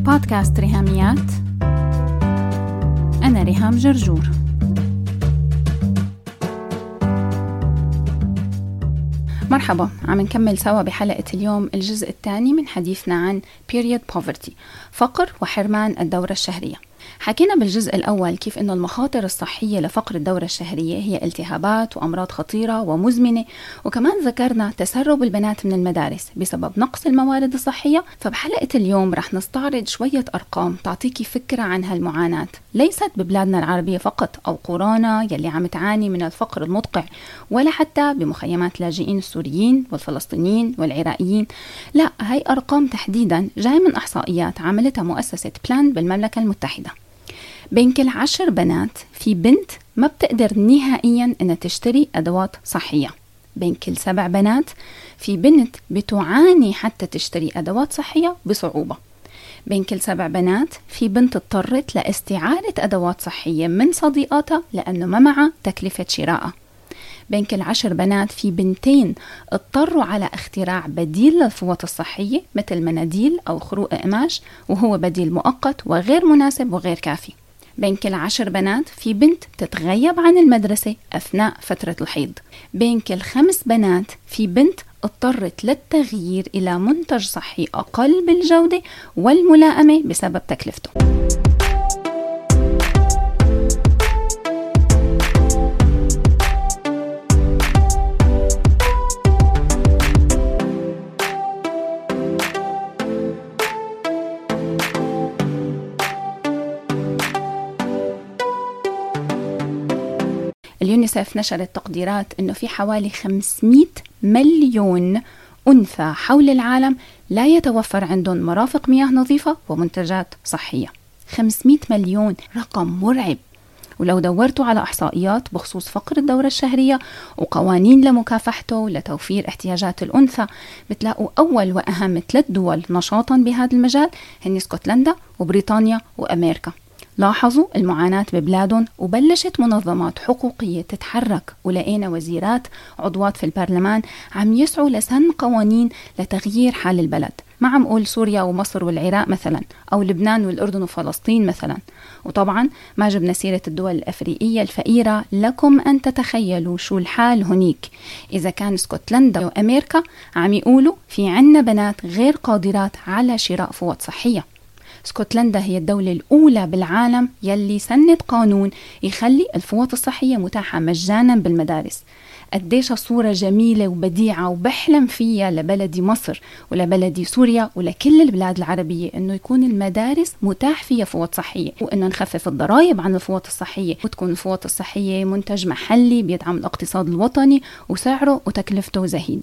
بودكاست ريهاميات. أنا ريهام جرجور. مرحبا، عم نكمل سوا بحلقة اليوم الجزء الثاني من حديثنا عن period poverty، فقر وحرمان الدورة الشهرية. حكينا بالجزء الأول كيف إنه المخاطر الصحية لفقر الدورة الشهرية هي التهابات وأمراض خطيرة ومزمنة، وكمان ذكرنا تسرب البنات من المدارس بسبب نقص الموارد الصحية. فبحلقة اليوم رح نستعرض شوية أرقام تعطيكي فكرة عن هالمعاناة، ليست ببلادنا العربية فقط أو قرانا يلي عم تعاني من الفقر المدقع، ولا حتى بمخيمات لاجئين السوريين والفلسطينيين والعراقيين. لا، هاي أرقام تحديدا جاي من إحصائيات عملتها مؤسسة بلان بالمملكة المتحدة. بين كل 10 بنات في بنت ما بتقدر نهائيا انها تشتري ادوات صحية. بين كل 7 بنات في بنت بتعاني حتى تشتري ادوات صحية بصعوبة. بين كل 7 بنات في بنت اضطرت لاستعارة ادوات صحية من صديقاتها لانه ما معها تكلفة شرائها. بين كل 10 بنات في بنتين اضطروا على اختراع بديل للفوط الصحية مثل مناديل أو خروق قماش، وهو بديل مؤقت وغير مناسب وغير كافي. بين كل 10 بنات في بنت تتغيب عن المدرسة أثناء فترة الحيض. بين كل 5 بنات في بنت اضطرت للتغيير إلى منتج صحي أقل بالجودة والملائمة بسبب تكلفته. اليونيسف نشرت تقديرات إنه في حوالي 500 مليون أنثى حول العالم لا يتوفر عندهم مرافق مياه نظيفة ومنتجات صحية. 500 مليون، رقم مرعب. ولو دورتوا على إحصائيات بخصوص فقر الدورة الشهرية وقوانين لمكافحته ولتوفير احتياجات الأنثى، بتلاقوا أول وأهم 3 دول نشاطا بهذا المجال هن اسكتلندا وبريطانيا وأمريكا. لاحظوا المعاناة ببلادهم، وبلشت منظمات حقوقية تتحرك، ولقينا وزيرات عضوات في البرلمان عم يسعوا لسن قوانين لتغيير حال البلد. ما عم قول سوريا ومصر والعراق مثلا، أو لبنان والأردن وفلسطين مثلا. وطبعا ما جبنا سيرة الدول الأفريقية الفقيرة، لكم أن تتخيلوا شو الحال هنيك إذا كان اسكتلندا وأمريكا عم يقولوا في عنا بنات غير قادرات على شراء فوط صحية. اسكتلندا هي الدولة الأولى بالعالم يلي سنت قانون يخلي الفوط الصحية متاحة مجانا بالمدارس. قديش الصورة جميلة وبديعة، وبحلم فيها لبلدي مصر ولبلدي سوريا ولكل البلاد العربية إنه يكون المدارس متاح فيها فوط صحية، وإنه نخفف الضرائب عن الفوط الصحية، وتكون الفوط الصحية منتج محلي بيدعم الاقتصاد الوطني وسعره وتكلفته زهيدة.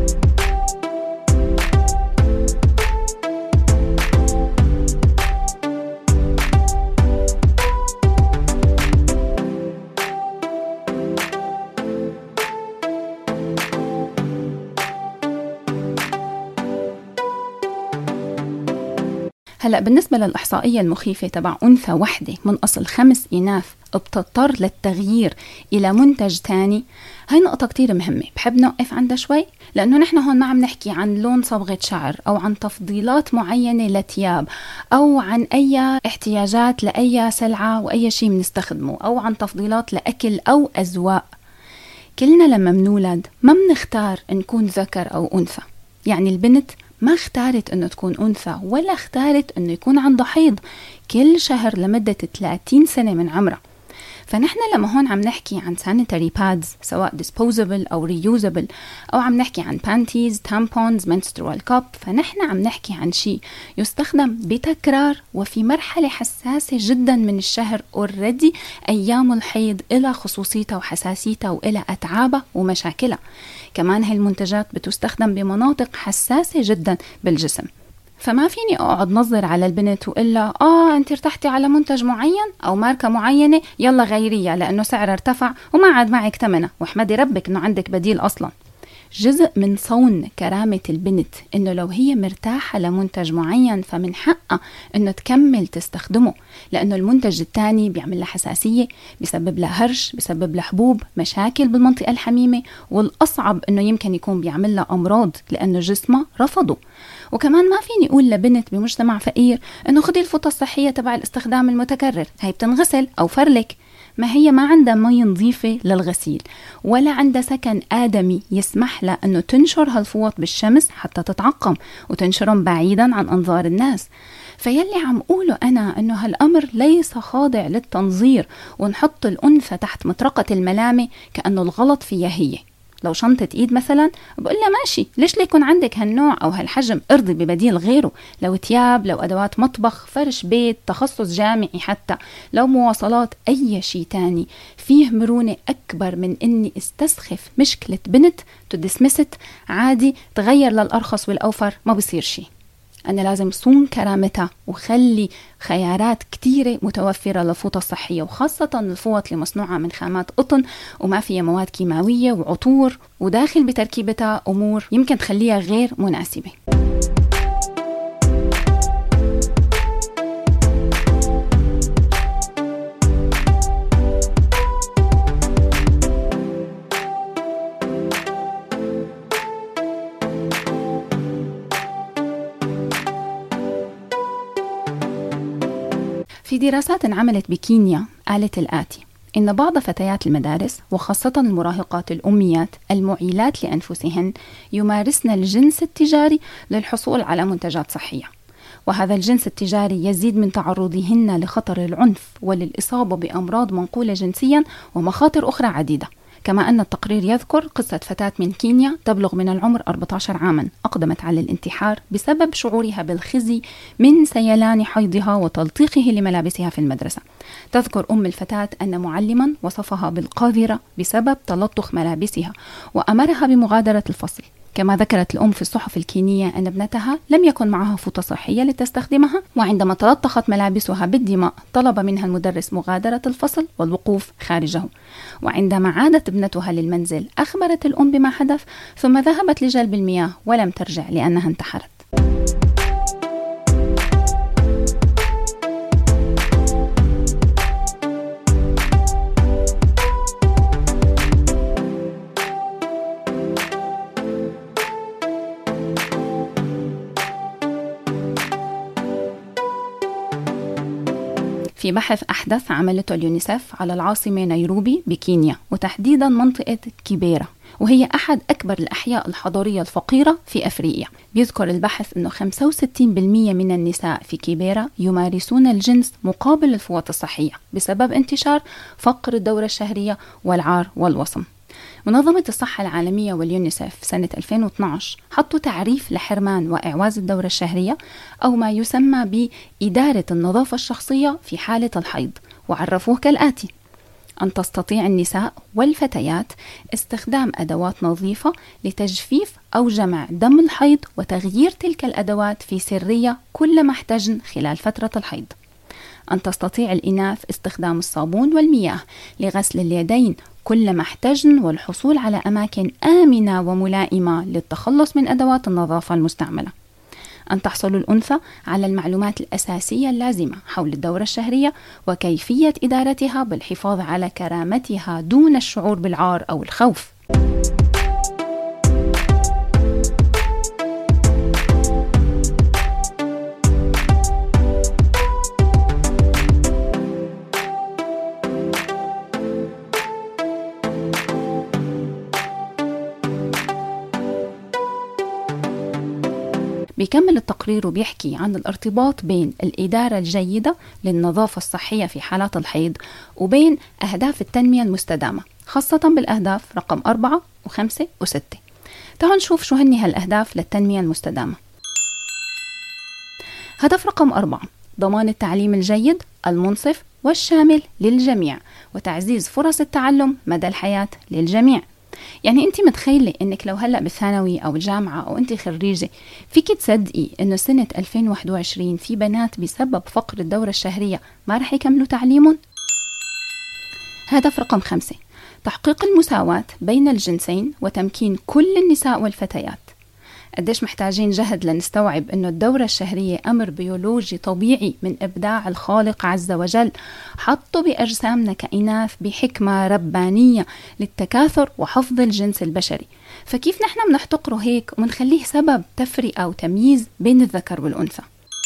هلأ بالنسبة للإحصائية المخيفة تبع أنثى وحدة من أصل 5 إناث بتضطر للتغيير إلى منتج تاني، هاي نقطة كتير مهمة بحب نوقف عندها شوي، لأنه نحن هون ما عم نحكي عن لون صبغة شعر أو عن تفضيلات معينة لثياب أو عن أي احتياجات لأي سلعة وأي شيء بنستخدمه، أو عن تفضيلات لأكل أو أذواق. كلنا لما منولد ما بنختار نكون ذكر أو أنثى. يعني البنت ما اختارت انه تكون انثى ولا اختارت انه يكون عنده حيض كل شهر لمدة 30 سنة من عمرها. فنحن لما هون عم نحكي عن sanitary pads سواء disposable أو reusable، أو عم نحكي عن panties, tampons, menstrual cup، فنحن عم نحكي عن شيء يستخدم بتكرار وفي مرحلة حساسة جدا من الشهر already. أيام الحيض إلى خصوصيتها وحساسيتها وإلى أتعابها ومشاكلها. كمان هاي المنتجات بتستخدم بمناطق حساسة جدا بالجسم. فما فيني أقعد نظر على البنت وإلا أنت ارتحتي على منتج معين أو ماركة معينة يلا غيريها لأنه سعرها ارتفع وما عاد معك ثمنها، واحمدي ربك أنه عندك بديل أصلا. جزء من صون كرامة البنت إنه لو هي مرتاحة لمنتج معين فمن حقها إنه تكمل تستخدمه، لأنه المنتج التاني بيعمل لها حساسية، بيسبب لها هرش، بيسبب لها حبوب، مشاكل بالمنطقة الحميمة، والأصعب إنه يمكن يكون بيعمل لها أمراض لأنه جسمها رفضه. وكمان ما فيني أقول لبنت بمجتمع فقير إنه خدي الفوطة الصحية تبع الاستخدام المتكرر، هي بتنغسل أو فرلك. ما هي ما عندها مي نظيفة للغسيل، ولا عندها سكن آدمي يسمح لها أنه تنشر هالفوط بالشمس حتى تتعقم وتنشرهم بعيدا عن أنظار الناس. فيلي عم قوله أنا أنه هالأمر ليس خاضع للتنظير، ونحط الأنثى تحت مطرقة الملامة كأنه الغلط فيها هي. لو شنطة إيد مثلا بقول لها ماشي، ليش ليكون عندك هالنوع أو هالحجم، ارضي ببديل غيره. لو تياب، لو أدوات مطبخ، فرش بيت، تخصص جامعي، حتى لو مواصلات، أي شيء تاني فيه مرونة أكبر من إني استسخف مشكلة بنت تدسمست عادي تغير للأرخص والأوفر، ما بصير شيء. أنا لازم صون كرامتها وخلي خيارات كتيرة متوفرة للفوطة الصحية، وخاصة الفوط اللي مصنوعة من خامات قطن وما فيها مواد كيماوية وعطور، وداخل بتركيبتها أمور يمكن تخليها غير مناسبة. في دراسات انعملت بكينيا قالت الآتي: إن بعض فتيات المدارس وخاصة المراهقات الأميات المعيلات لأنفسهن يمارسن الجنس التجاري للحصول على منتجات صحية، وهذا الجنس التجاري يزيد من تعرضهن لخطر العنف وللإصابة بأمراض منقولة جنسيا ومخاطر أخرى عديدة. كما أن التقرير يذكر قصة فتاة من كينيا تبلغ من العمر 14 عاما أقدمت على الانتحار بسبب شعورها بالخزي من سيلان حيضها وتلطيخه لملابسها في المدرسة. تذكر أم الفتاة أن معلما وصفها بالقاذرة بسبب تلطخ ملابسها وأمرها بمغادرة الفصل. كما ذكرت الأم في الصحف الكينية أن ابنتها لم يكن معها فوطة صحية لتستخدمها، وعندما تلطخت ملابسها بالدماء طلب منها المدرس مغادرة الفصل والوقوف خارجه. وعندما عادت ابنتها للمنزل أخبرت الأم بما حدث، ثم ذهبت لجلب المياه ولم ترجع لأنها انتحرت. في بحث أحدث عملته اليونيسف على العاصمة نيروبي بكينيا، وتحديدا منطقة كيبيرا، وهي أحد أكبر الأحياء الحضرية الفقيرة في أفريقيا. بيذكر البحث أنه 65% من النساء في كيبيرا يمارسون الجنس مقابل الفوط الصحية بسبب انتشار فقر الدورة الشهرية والعار والوصم. منظمة الصحة العالمية واليونيسف سنة 2012 حطوا تعريف لحرمان وإعواز الدورة الشهرية، أو ما يسمى بإدارة النظافة الشخصية في حالة الحيض، وعرفوه كالآتي: أن تستطيع النساء والفتيات استخدام أدوات نظيفة لتجفيف أو جمع دم الحيض وتغيير تلك الأدوات في سرية كلما احتجن خلال فترة الحيض. أن تستطيع الإناث استخدام الصابون والمياه لغسل اليدين كلما احتجن والحصول على أماكن آمنة وملائمة للتخلص من أدوات النظافة المستعملة. أن تحصل الأنثى على المعلومات الأساسية اللازمة حول الدورة الشهرية وكيفية إدارتها بالحفاظ على كرامتها دون الشعور بالعار أو الخوف. بيكمل التقرير وبيحكي عن الارتباط بين الإدارة الجيدة للنظافة الصحية في حالات الحيض وبين أهداف التنمية المستدامة، خاصة بالأهداف رقم 4 و5 و6. تعالوا نشوف شو هني هالأهداف للتنمية المستدامة. هدف رقم 4: ضمان التعليم الجيد المنصف والشامل للجميع وتعزيز فرص التعلم مدى الحياة للجميع. يعني انت متخيلة انك لو هلأ بالثانوي او الجامعة او انت خريجة فيك تصدقي انه سنة 2021 في بنات بسبب فقر الدورة الشهرية ما رح يكملوا تعليمهم؟ هدف رقم 5: تحقيق المساواة بين الجنسين وتمكين كل النساء والفتيات. قديش محتاجين جهد لنستوعب أنه الدورة الشهرية أمر بيولوجي طبيعي من إبداع الخالق عز وجل، حطوا بأجسامنا كإناث بحكمة ربانية للتكاثر وحفظ الجنس البشري. فكيف نحن بنحتقره هيك ونخليه سبب تفرقة أو تمييز بين الذكر والأنثى؟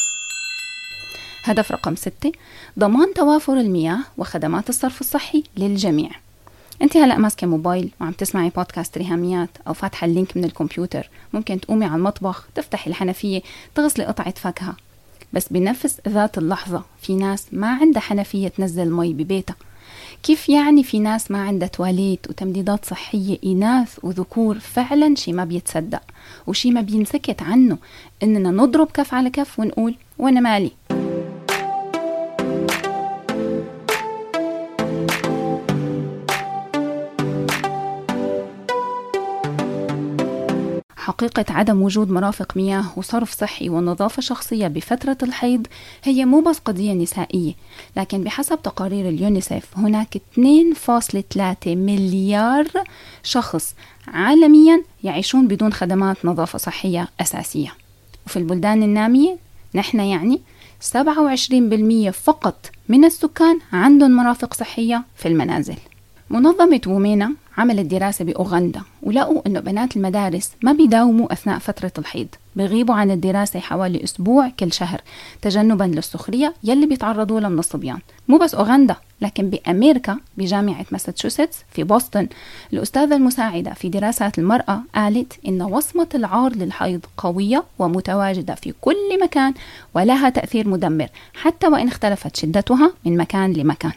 هدف رقم 6: ضمان توافر المياه وخدمات الصرف الصحي للجميع. انت هلأ ماسكة موبايل وعم تسمعي بودكاست ريهاميات أو فاتحة اللينك من الكمبيوتر، ممكن تقومي على المطبخ تفتحي الحنفية تغسلي قطعة فاكهة، بس بنفس ذات اللحظة في ناس ما عندها حنفية تنزل مي ببيتها. كيف يعني في ناس ما عندها تواليت وتمديدات صحية إناث وذكور؟ فعلا شي ما بيتصدق وشي ما بينسكت عنه إننا نضرب كف على كف ونقول وأنا مالي. حقيقة عدم وجود مرافق مياه وصرف صحي ونظافة شخصية بفترة الحيض هي مو بس قضية نسائية، لكن بحسب تقارير اليونيسيف هناك 2.3 مليار شخص عالميا يعيشون بدون خدمات نظافة صحية أساسية. وفي البلدان النامية نحن يعني 27% فقط من السكان عندهم مرافق صحية في المنازل. منظمة وومينا عملت دراسة بأوغندا ولقوا أنه بنات المدارس ما بيداوموا أثناء فترة الحيض، بيغيبوا عن الدراسة حوالي أسبوع كل شهر تجنبا للسخرية يلي بيتعرضوا لها من الصبيان. مو بس أوغندا، لكن بأمريكا بجامعة ماساتشوستس في بوسطن الأستاذة المساعدة في دراسات المرأة قالت إن وصمة العار للحيض قوية ومتواجدة في كل مكان ولها تأثير مدمر حتى وإن اختلفت شدتها من مكان لمكان.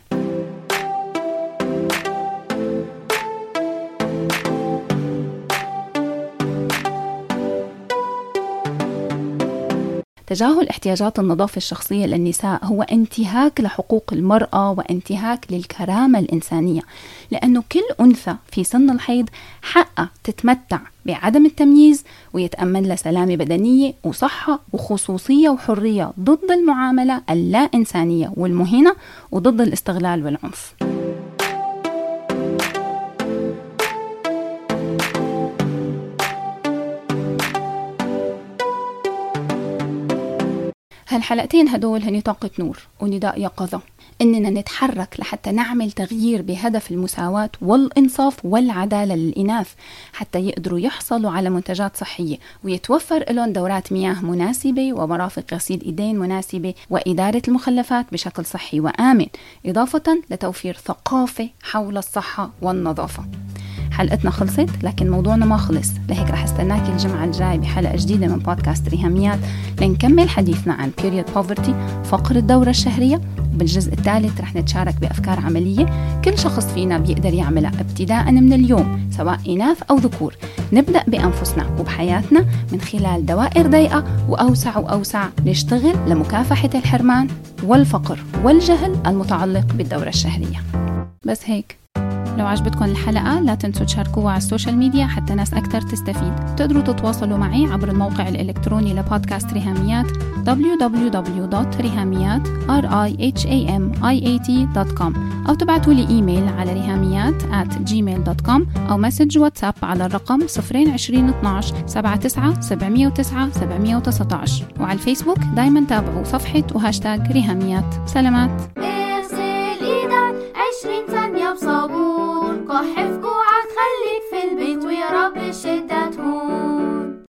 تجاهل احتياجات النظافة الشخصية للنساء هو انتهاك لحقوق المرأة وانتهاك للكرامة الإنسانية، لأنه كل أنثى في سن الحيض حقها تتمتع بعدم التمييز ويتأمن لها سلامة بدنية وصحة وخصوصية وحرية ضد المعاملة اللا إنسانية والمهينة وضد الاستغلال والعنف. هالحلقتين هدول هني طاقة نور ونداء يقظة إننا نتحرك لحتى نعمل تغيير بهدف المساواة والإنصاف والعدالة للإناث، حتى يقدروا يحصلوا على منتجات صحية ويتوفر لهم دورات مياه مناسبة ومرافق غسيل إيدين مناسبة وإدارة المخلفات بشكل صحي وآمن، إضافة لتوفير ثقافة حول الصحة والنظافة. حلقتنا خلصت، لكن موضوعنا ما خلص، لهيك رح استناك الجمعة الجاي بحلقة جديدة من بودكاست ريهاميات لنكمل حديثنا عن period poverty، فقر الدورة الشهرية. بالجزء الثالث رح نتشارك بأفكار عملية كل شخص فينا بيقدر يعملها ابتداء من اليوم سواء إناث أو ذكور. نبدأ بأنفسنا وبحياتنا من خلال دوائر ضيقة وأوسع وأوسع نشتغل لمكافحة الحرمان والفقر والجهل المتعلق بالدورة الشهرية. بس هيك. لو عجبتكم الحلقة لا تنسوا تشاركوها على السوشيال ميديا حتى ناس أكتر تستفيد. تقدروا تتواصلوا معي عبر الموقع الإلكتروني لبودكاست ريهاميات www.rihamiat.com أو تبعتوا لي إيميل على ريهاميات@gmail.com أو مسج واتساب على الرقم 020 12 79 709 719. وعلى الفيسبوك دايما تابعوا صفحة وهاشتاج ريهاميات. سلامات. 20 ثانية بصابون كحف